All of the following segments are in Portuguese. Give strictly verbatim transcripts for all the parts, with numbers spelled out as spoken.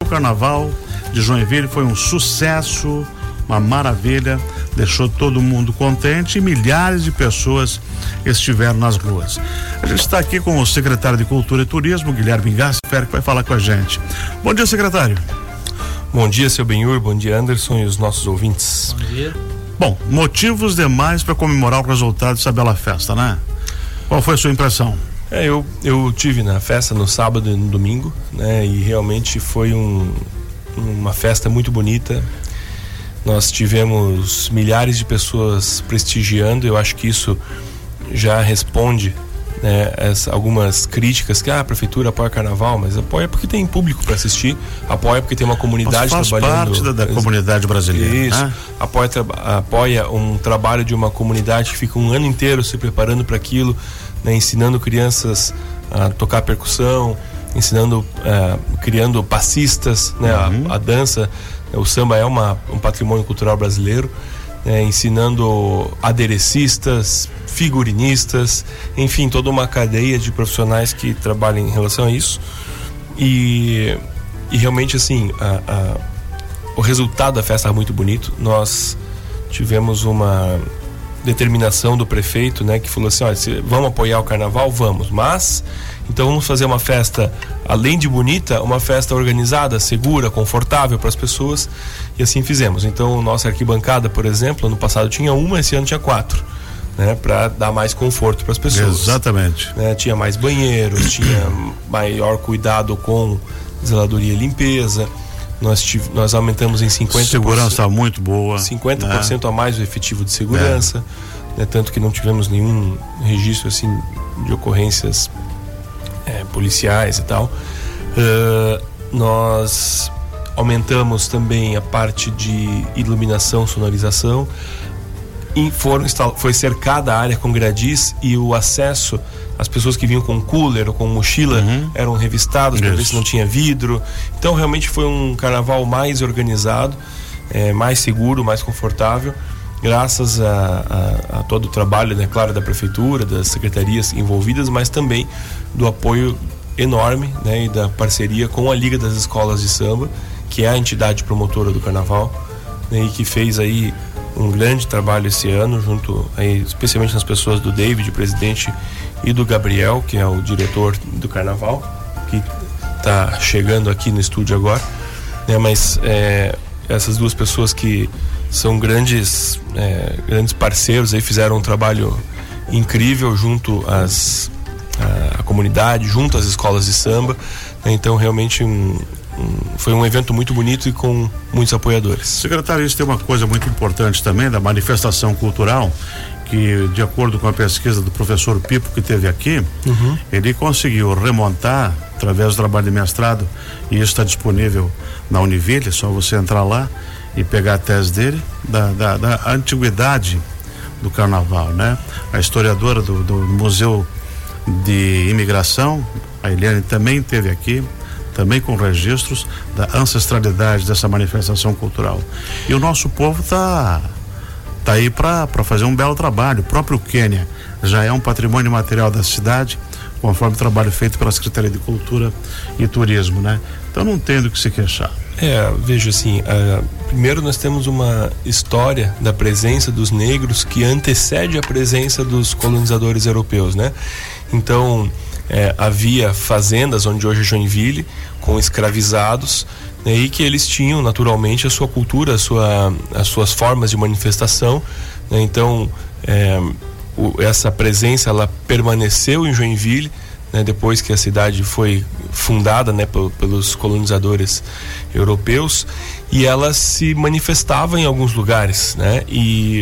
Carnaval de Joinville foi um sucesso, uma maravilha, deixou todo mundo contente e milhares de pessoas estiveram nas ruas. A gente está aqui com o secretário de Cultura e Turismo, Guilherme Gasper, que vai falar com a gente. Bom dia, secretário. Bom dia, seu Benhur, bom dia, Anderson, e os nossos ouvintes. Bom dia. Bom, motivos demais para comemorar o resultado dessa bela festa, né? Qual foi a sua impressão? É, eu, eu tive na festa no sábado e no domingo, né? E realmente foi um, uma festa muito bonita. Nós tivemos milhares de pessoas prestigiando. Eu acho que isso já responde, né, essa, algumas críticas que ah, a prefeitura apoia carnaval, mas apoia porque tem público para assistir, apoia porque tem uma comunidade faz trabalhando. Faz parte da, da comunidade brasileira. Isso, né? apoia, tra, apoia um trabalho de uma comunidade que fica um ano inteiro se preparando para aquilo, né, ensinando crianças a tocar percussão, ensinando, uh, criando passistas, né, uhum. a, a dança. O samba é uma, um patrimônio cultural brasileiro, né, ensinando aderecistas, figurinistas, enfim, toda uma cadeia de profissionais que trabalham em relação a isso. E, e realmente, assim, a, a, o resultado da festa é muito bonito. Nós tivemos uma determinação do prefeito, né, que falou assim: olha, se vamos apoiar o carnaval, vamos, mas então vamos fazer uma festa, além de bonita, uma festa organizada, segura, confortável para as pessoas, e assim fizemos. Então, nossa arquibancada, por exemplo, ano passado tinha uma, esse ano tinha quatro, né, para dar mais conforto para as pessoas. Exatamente. Né, tinha mais banheiros, tinha maior cuidado com zeladoria e limpeza. Nós, tive, nós aumentamos em cinquenta por cento. Segurança muito boa. cinquenta por cento né? a mais o efetivo de segurança, é. né, tanto que não tivemos nenhum registro assim de ocorrências é, policiais e tal. Uh, nós aumentamos também a parte de iluminação, sonorização. E foram, foi cercada a área com gradis e o acesso, as pessoas que vinham com cooler ou com mochila uhum. eram revistadas para ver se não tinha vidro. Então realmente foi um carnaval mais organizado, é, mais seguro, mais confortável, graças a, a, a todo o trabalho, né, claro, da prefeitura, das secretarias envolvidas, mas também do apoio enorme, né, e da parceria com a Liga das Escolas de Samba, que é a entidade promotora do carnaval, né, e que fez aí um grande trabalho esse ano, junto aí, especialmente nas pessoas do David, presidente, e do Gabriel, que é o diretor do carnaval, que está chegando aqui no estúdio agora, né? Mas é, essas duas pessoas que são grandes, é, grandes parceiros, aí fizeram um trabalho incrível junto às a, a comunidade, junto às escolas de samba, né? Então realmente um, um, foi um evento muito bonito e com muitos apoiadores. Secretário, isso tem uma coisa muito importante também da manifestação cultural, que de acordo com a pesquisa do professor Pipo que teve aqui, uhum. ele conseguiu remontar através do trabalho de mestrado, e isso está disponível na Univille, é só você entrar lá e pegar a tese dele, da, da, da antiguidade do carnaval, né? A historiadora do, do Museu de Imigração, a Eliane, também teve aqui, também com registros da ancestralidade dessa manifestação cultural. E o nosso povo está tá aí para fazer um belo trabalho. O próprio Quênia já é um patrimônio material da cidade, conforme o trabalho feito pela Secretaria de Cultura e Turismo, né? Então não tem do que se queixar. É, veja assim, uh, primeiro nós temos uma história da presença dos negros que antecede a presença dos colonizadores europeus, né? Então, é, havia fazendas, onde hoje é Joinville, com escravizados, né, e que eles tinham naturalmente a sua cultura, a sua, as suas formas de manifestação, né? Então, é, o, essa presença, ela permaneceu em Joinville, né, depois que a cidade foi fundada, né, pelos colonizadores europeus, e ela se manifestava em alguns lugares, né? E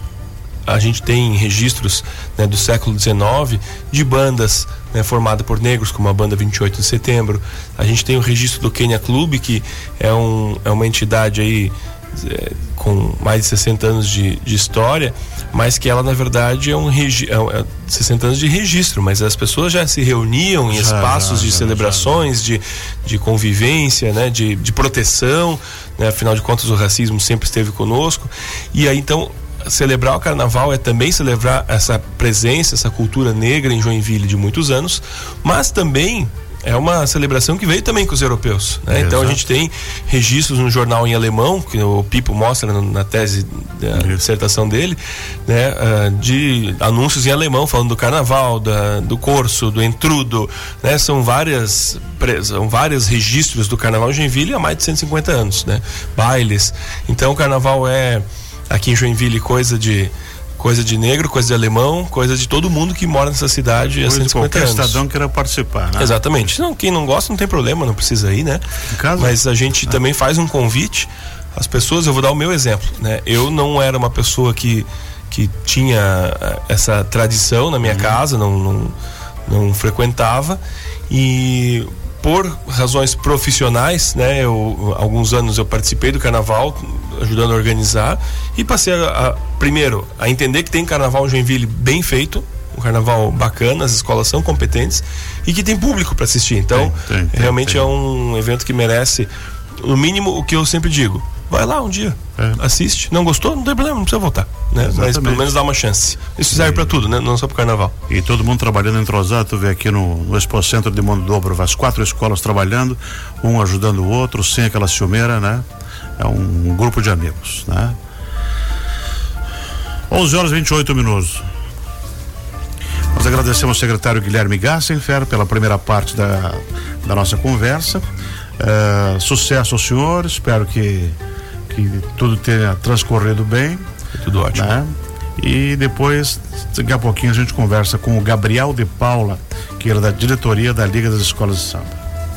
a gente tem registros, né, do século dezenove de bandas, né, formadas por negros, como a banda vinte e oito de setembro. A gente tem o registro do Quênia Clube, que é, um, é uma entidade aí é, com mais de sessenta anos de, de história, mas que ela na verdade é um regi- é, é sessenta anos de registro, mas as pessoas já se reuniam em já, espaços já, de já, celebrações, já. De, de convivência, né, de, de proteção, né, afinal de contas o racismo sempre esteve conosco. E aí então celebrar o carnaval é também celebrar essa presença, essa cultura negra em Joinville de muitos anos, mas também é uma celebração que veio também com os europeus, né? Então a gente tem registros no jornal em alemão, que o Pipo mostra na tese da dissertação dele, né? De anúncios em alemão falando do carnaval, da, do corso, do entrudo, né? São várias, são vários registros do carnaval em Joinville há mais de cento e cinquenta anos, né? Bailes. Então o carnaval é aqui em Joinville coisa de coisa de negro, coisa de alemão, coisa de todo mundo que mora nessa cidade há cento e cinquenta anos. Qualquer cidadão queira participar, né? Exatamente. Não, quem não gosta não tem problema, não precisa ir, né? Em casa? Mas a gente ah. também faz um convite às pessoas. Eu vou dar o meu exemplo, né? Eu não era uma pessoa que, que tinha essa tradição na minha uhum. casa, não, não, não frequentava, e por razões profissionais, né? Eu, alguns anos eu participei do carnaval, ajudando a organizar, e passei a, a, primeiro a entender que tem carnaval em Joinville bem feito, um carnaval bacana, as escolas são competentes e que tem público para assistir. Então tem, tem, realmente tem, tem. É um evento que merece, no mínimo, o que eu sempre digo: vai lá um dia, é. assiste, não gostou, não tem problema, não precisa voltar, né? Mas pelo menos dá uma chance. Isso serve para tudo, né? Não só pro carnaval. E todo mundo trabalhando entrosado. Tu vê aqui no, no Expo Centro de Mundo Dobro, as quatro escolas trabalhando, um ajudando o outro, sem aquela ciumeira, né? É um, um grupo de amigos, né? onze horas e vinte e oito minutos. Nós agradecemos ao secretário Guilherme Gassenfer pela primeira parte da, da nossa conversa. Uh, sucesso ao senhor, espero que, que tudo tenha transcorrido bem. Tudo ótimo. Né? E depois, daqui a pouquinho, a gente conversa com o Gabriel de Paula, que era da diretoria da Liga das Escolas de Samba.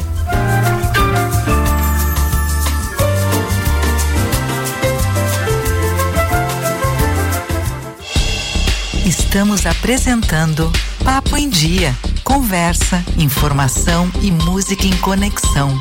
Estamos apresentando Papo em Dia. Conversa, informação e música em conexão.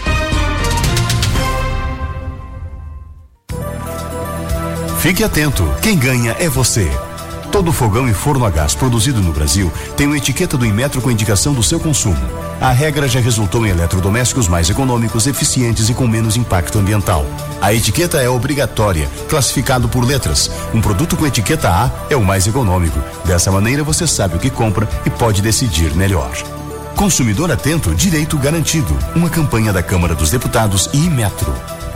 Fique atento, quem ganha é você. Todo fogão e forno a gás produzido no Brasil tem uma etiqueta do Inmetro com indicação do seu consumo. A regra já resultou em eletrodomésticos mais econômicos, eficientes e com menos impacto ambiental. A etiqueta é obrigatória, classificado por letras. Um produto com etiqueta A é o mais econômico. Dessa maneira você sabe o que compra e pode decidir melhor. Consumidor atento, direito garantido. Uma campanha da Câmara dos Deputados e Inmetro.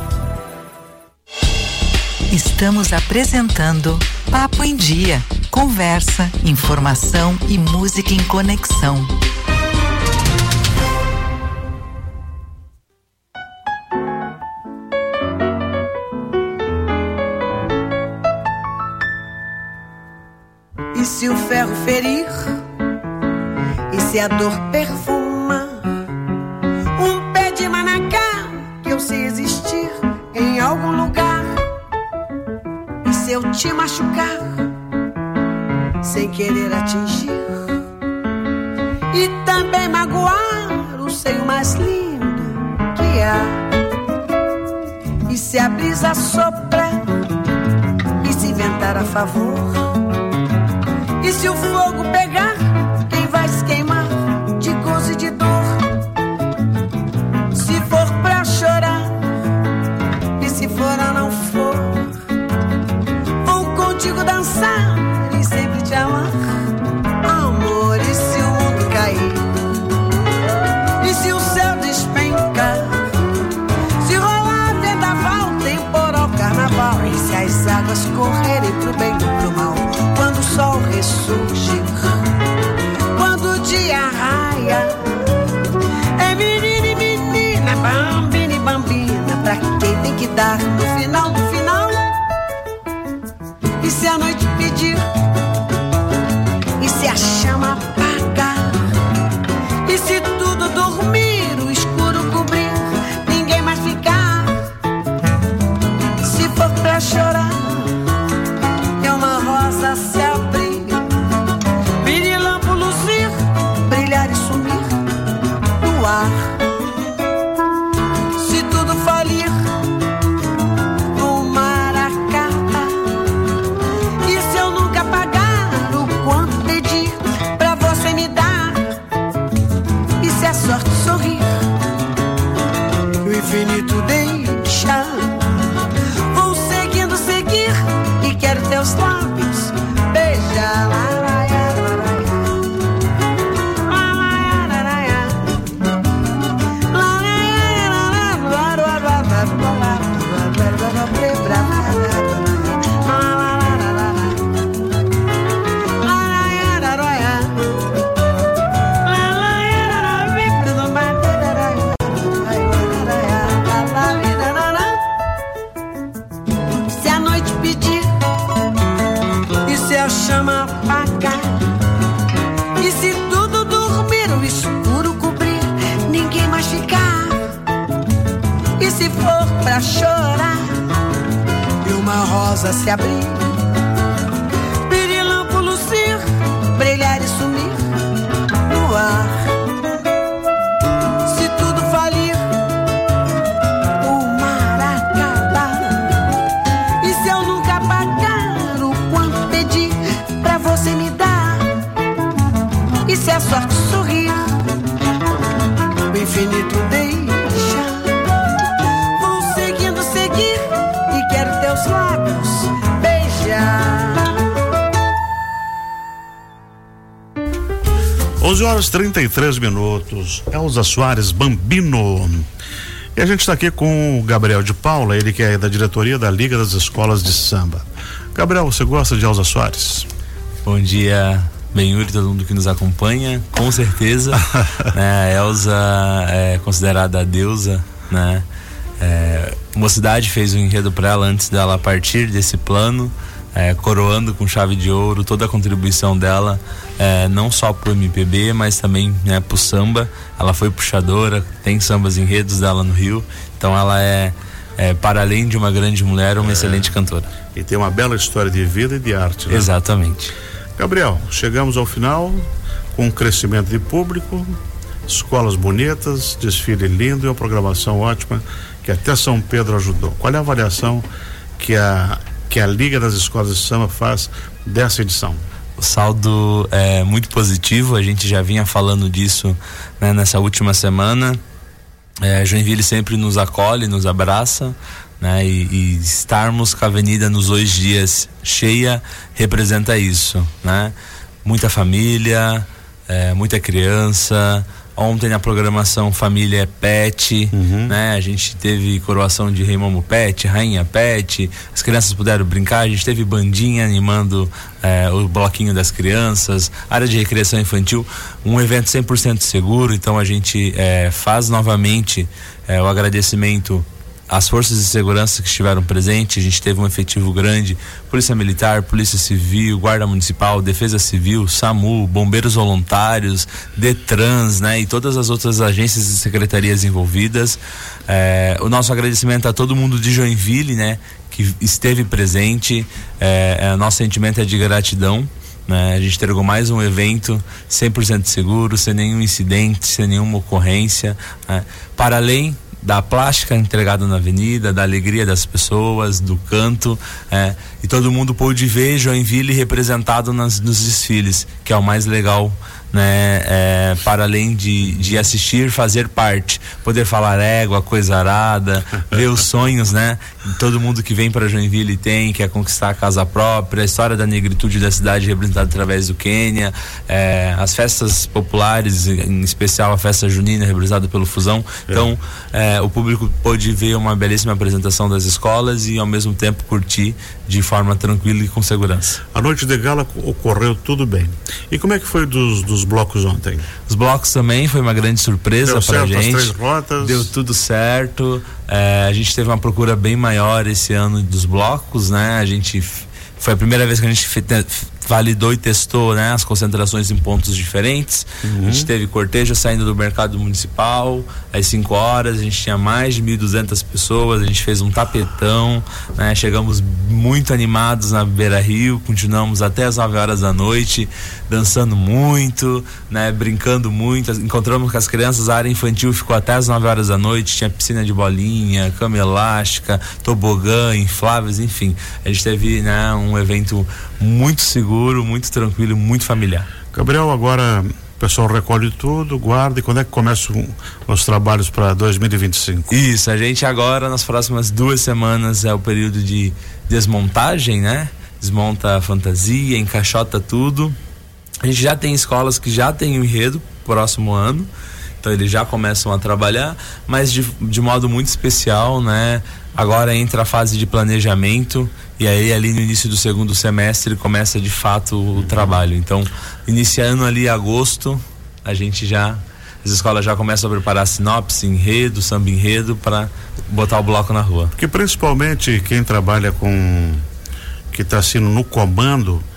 Estamos apresentando Papo em Dia. Conversa, informação e música em conexão. E se o ferro ferir? E se a dor perfuma? Um pé de manacá que eu sei existir em algum lugar. E se eu te machucar sem querer atingir? E também magoar o seio mais lindo que há. E se a brisa soprar e se ventar a favor? E se o fogo pegar, quem vai se queimar de gozo e de dor? Se for pra chorar, e se for a não for, vou contigo dançar e sempre te amar. Amor, e se o mundo cair? E se o céu despencar? Se rolar vendaval, temporal, carnaval? E se as águas correrem pro bem ou pro mal? Quando o sol ressurge, quando o dia raia, é menina e menina, bambina e bambina, pra quem tem que dar no final do final. E se a noite pedir? E se a chama apagar? E se tudo dormir, o escuro cobrir, ninguém mais ficar? Se for pra chorar, é uma rosa se abrir, pirilampo luzir, brilhar e sumir no ar. Se tudo falir, o mar acaba. E se eu nunca pagar o quanto pedir pra você me dar? E se a sorte sorrir, o infinito deixar? Vou seguindo, seguir, e quero teus lábios beijar. Lá, lá, lá, lá, lá, lá, lá, lá, lá, lá. E se for pra chorar e uma rosa se abrir, pirilampo lucir, brilhar e sumir no ar. Se tudo falir, o mar acabar. E se eu nunca pagar o quanto pedi pra você me dar? E se a sorte sorrir, o infinito deixa. Vou seguindo, seguir, e quero teus lábios beijar. onze horas e trinta e três minutos. Elza Soares, Bambino. E a gente está aqui com o Gabriel de Paula, ele que é da diretoria da Liga das Escolas de Samba. Gabriel, você gosta de Elza Soares? Bom dia, Benhuri, todo mundo que nos acompanha, com certeza. Né, a Elza é considerada a deusa, né? É, Mocidade fez um enredo para ela antes dela partir desse plano, é, coroando com chave de ouro toda a contribuição dela, é, não só pro M P B, mas também, né, pro samba. Ela foi puxadora, tem sambas enredos dela no Rio, então ela é, é para além de uma grande mulher, uma é. excelente cantora. E tem uma bela história de vida e de arte, né? Exatamente. Gabriel, chegamos ao final com um crescimento de público, escolas bonitas, desfile lindo e uma programação ótima que até São Pedro ajudou. Qual é a avaliação que a, que a Liga das Escolas de Samba faz dessa edição? O saldo é muito positivo, a gente já vinha falando disso, né, nessa última semana. É, Joinville sempre nos acolhe, nos abraça, né, e, e estarmos com a avenida nos dois dias cheia representa isso, né? Muita família, é, muita criança. Ontem na programação Família é Pet, uhum. né? A gente teve coroação de Rei Momo Pet, Rainha Pet, as crianças puderam brincar, a gente teve bandinha animando é, o bloquinho das crianças, área de recreação infantil, um evento cem por cento seguro. Então a gente é, faz novamente é, o agradecimento às forças de segurança que estiveram presentes. A gente teve um efetivo grande: Polícia Militar, Polícia Civil, Guarda Municipal, Defesa Civil, SAMU, Bombeiros Voluntários, DETRANS, né? E todas as outras agências e secretarias envolvidas. É, o nosso agradecimento a todo mundo de Joinville, né? Que esteve presente. É, é, nosso sentimento é de gratidão. Né? A gente entregou mais um evento cem por cento seguro, sem nenhum incidente, sem nenhuma ocorrência, né? Para além da plástica entregada na avenida, da alegria das pessoas, do canto, é, e todo mundo pôde ver Joinville representado nas, nos desfiles, que é o mais legal, né? É, para além de, de assistir, fazer parte, poder falar égua, coisa arada, ver os sonhos, né? Todo mundo que vem para Joinville tem, quer conquistar a casa própria, a história da negritude da cidade representada através do Quênia, é, as festas populares, em especial a festa junina representada pelo Fusão. Então, é, o público pôde ver uma belíssima apresentação das escolas e ao mesmo tempo curtir de forma tranquila e com segurança. A noite de gala ocorreu tudo bem. E como é que foi dos, dos blocos ontem? Os blocos também foi uma grande surpresa Deu pra certo, gente. As três rotas. Deu tudo certo. É, a gente teve uma procura bem maior esse ano dos blocos, né? A gente foi a primeira vez que a gente validou e testou, né, as concentrações em pontos diferentes. Uhum. A gente teve cortejo saindo do mercado municipal às cinco horas, a gente tinha mais de mil e duzentas pessoas, a gente fez um tapetão, né, chegamos muito animados na Beira Rio, continuamos até as nove horas da noite, dançando muito, né, brincando muito, encontramos com as crianças, a área infantil ficou até as nove horas da noite, tinha piscina de bolinha, cama elástica, tobogã, infláveis, enfim, a gente teve, né, um evento muito seguro, muito tranquilo, muito familiar. Gabriel, agora o pessoal recolhe tudo, guarda, e quando é que começam os trabalhos para dois mil e vinte e cinco? Isso, a gente agora nas próximas duas semanas é o período de desmontagem, né? Desmonta a fantasia, encaixota tudo. A gente já tem escolas que já tem o enredo próximo ano, então eles já começam a trabalhar, mas de, de modo muito especial, né? Agora entra a fase de planejamento e aí ali no início do segundo semestre começa de fato o trabalho. Então, iniciando ali agosto, a gente já, as escolas já começam a preparar sinopse, enredo, samba enredo para botar o bloco na rua. Porque principalmente quem trabalha com, que está sendo no comando,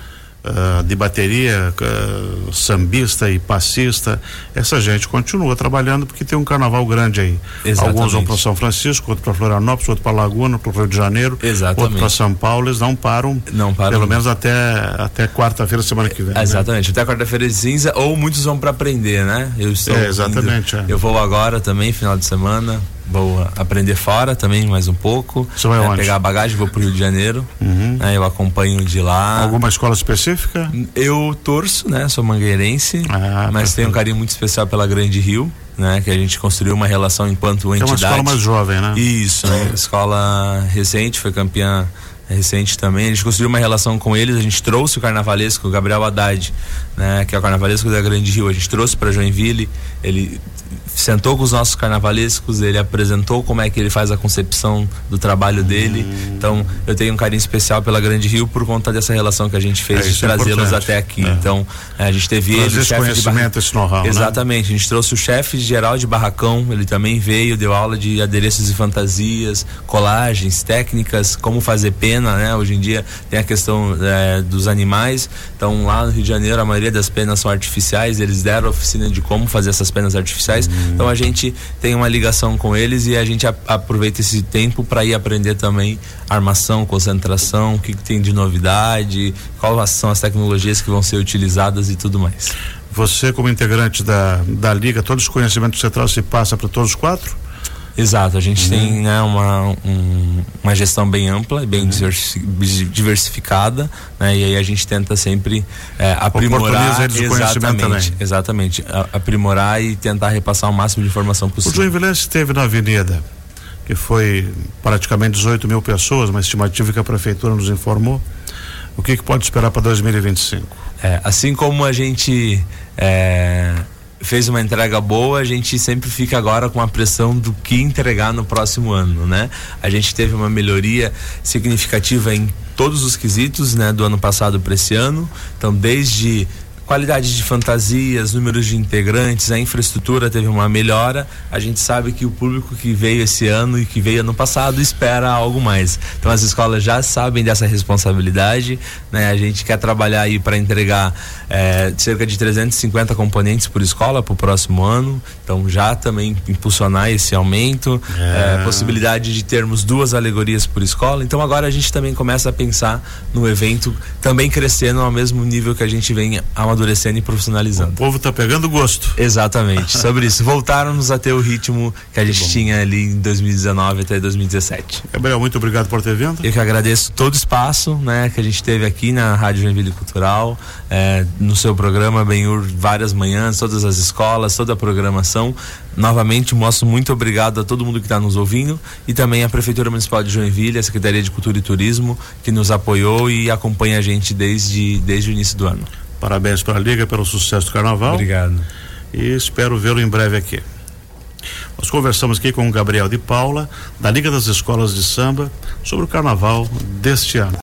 uh, de bateria, uh, sambista e passista, essa gente continua trabalhando porque tem um carnaval grande aí. Exatamente. Alguns vão para São Francisco, outro para Florianópolis, outro para Laguna, para o Rio de Janeiro, Exatamente. outro para São Paulo. Eles não param, não param pelo menos até, até quarta-feira, semana que vem. Exatamente, né? Até quarta-feira de cinza, ou muitos vão para aprender, né? Eu estou é, exatamente. Indo, é. Eu vou agora também, final de semana. Vou aprender fora também mais um pouco. Você vai né, onde? Pegar a bagagem, vou pro Rio de Janeiro. Uhum. Né, eu acompanho de lá. Alguma escola específica? Eu torço, né? Sou mangueirense, ah, mas tá tenho um carinho muito especial pela Grande Rio, né? Que a gente construiu uma relação enquanto entidade. É uma escola mais jovem, né? Isso, né? Escola recente, foi campeã recente também. A gente construiu uma relação com eles, a gente trouxe o carnavalesco, o Gabriel Haddad, né? Que é o carnavalesco da Grande Rio, a gente trouxe para Joinville, ele sentou com os nossos carnavalescos, ele apresentou como é que ele faz a concepção do trabalho dele. Hum. Então eu tenho um carinho especial pela Grande Rio por conta dessa relação que a gente fez é, de trazê-los é até aqui. É. Então a gente teve Trazer ele, esse conhecimento, esse know-how, exatamente, né? A gente trouxe o chefe geral de barracão, ele também veio, deu aula de adereços e fantasias, colagens, técnicas, como fazer pena, né? Hoje em dia tem a questão é, dos animais. Então lá no Rio de Janeiro a maioria das penas são artificiais, eles deram a oficina de como fazer essas penas artificiais. Hum. Então a gente tem uma ligação com eles e a gente a, aproveita esse tempo para ir aprender também armação, concentração, o que, que tem de novidade, quais são as tecnologias que vão ser utilizadas e tudo mais. Você, como integrante da, da Liga, todos os conhecimentos que você traz se passa para todos os quatro? Exato, a gente uhum. tem né, uma, um, uma gestão bem ampla, bem uhum. diversificada, né, e aí a gente tenta sempre é, aprimorar, eles de conhecimento também. Exatamente, a, aprimorar e tentar repassar o máximo de informação possível. O Joinville esteve na Avenida, que foi praticamente dezoito mil pessoas, uma estimativa que a Prefeitura nos informou. O que, que pode esperar para dois mil e vinte e cinco? É, assim como a gente é, fez uma entrega boa, a gente sempre fica agora com a pressão do que entregar no próximo ano, né? A gente teve uma melhoria significativa em todos os quesitos, né, do ano passado para esse ano. Então, desde qualidade de fantasias, números de integrantes, a infraestrutura teve uma melhora. A gente sabe que o público que veio esse ano e que veio ano passado espera algo mais. Então as escolas já sabem dessa responsabilidade, né? A gente quer trabalhar aí para entregar é, cerca de trezentos e cinquenta componentes por escola para o próximo ano. Então já também impulsionar esse aumento, é. É, possibilidade de termos duas alegorias por escola. Então agora a gente também começa a pensar no evento também crescendo ao mesmo nível que a gente vem amadurecendo e profissionalizando. O povo tá pegando gosto. Exatamente, sobre isso. Voltaram-nos a ter o ritmo que a gente tinha ali em dois mil e dezenove até dois mil e dezessete. Gabriel, muito obrigado por ter vindo. Eu que agradeço todo o espaço, né, que a gente teve aqui na Rádio Joinville Cultural, é, no seu programa Benhur, várias manhãs, todas as escolas, toda a programação. Novamente, mostro muito obrigado a todo mundo que está nos ouvindo e também a Prefeitura Municipal de Joinville, a Secretaria de Cultura e Turismo, que nos apoiou e acompanha a gente desde, desde o início do ano. Parabéns para a Liga pelo sucesso do Carnaval. Obrigado. E espero vê-lo em breve aqui. Nós conversamos aqui com o Gabriel de Paula, da Liga das Escolas de Samba, sobre o Carnaval deste ano.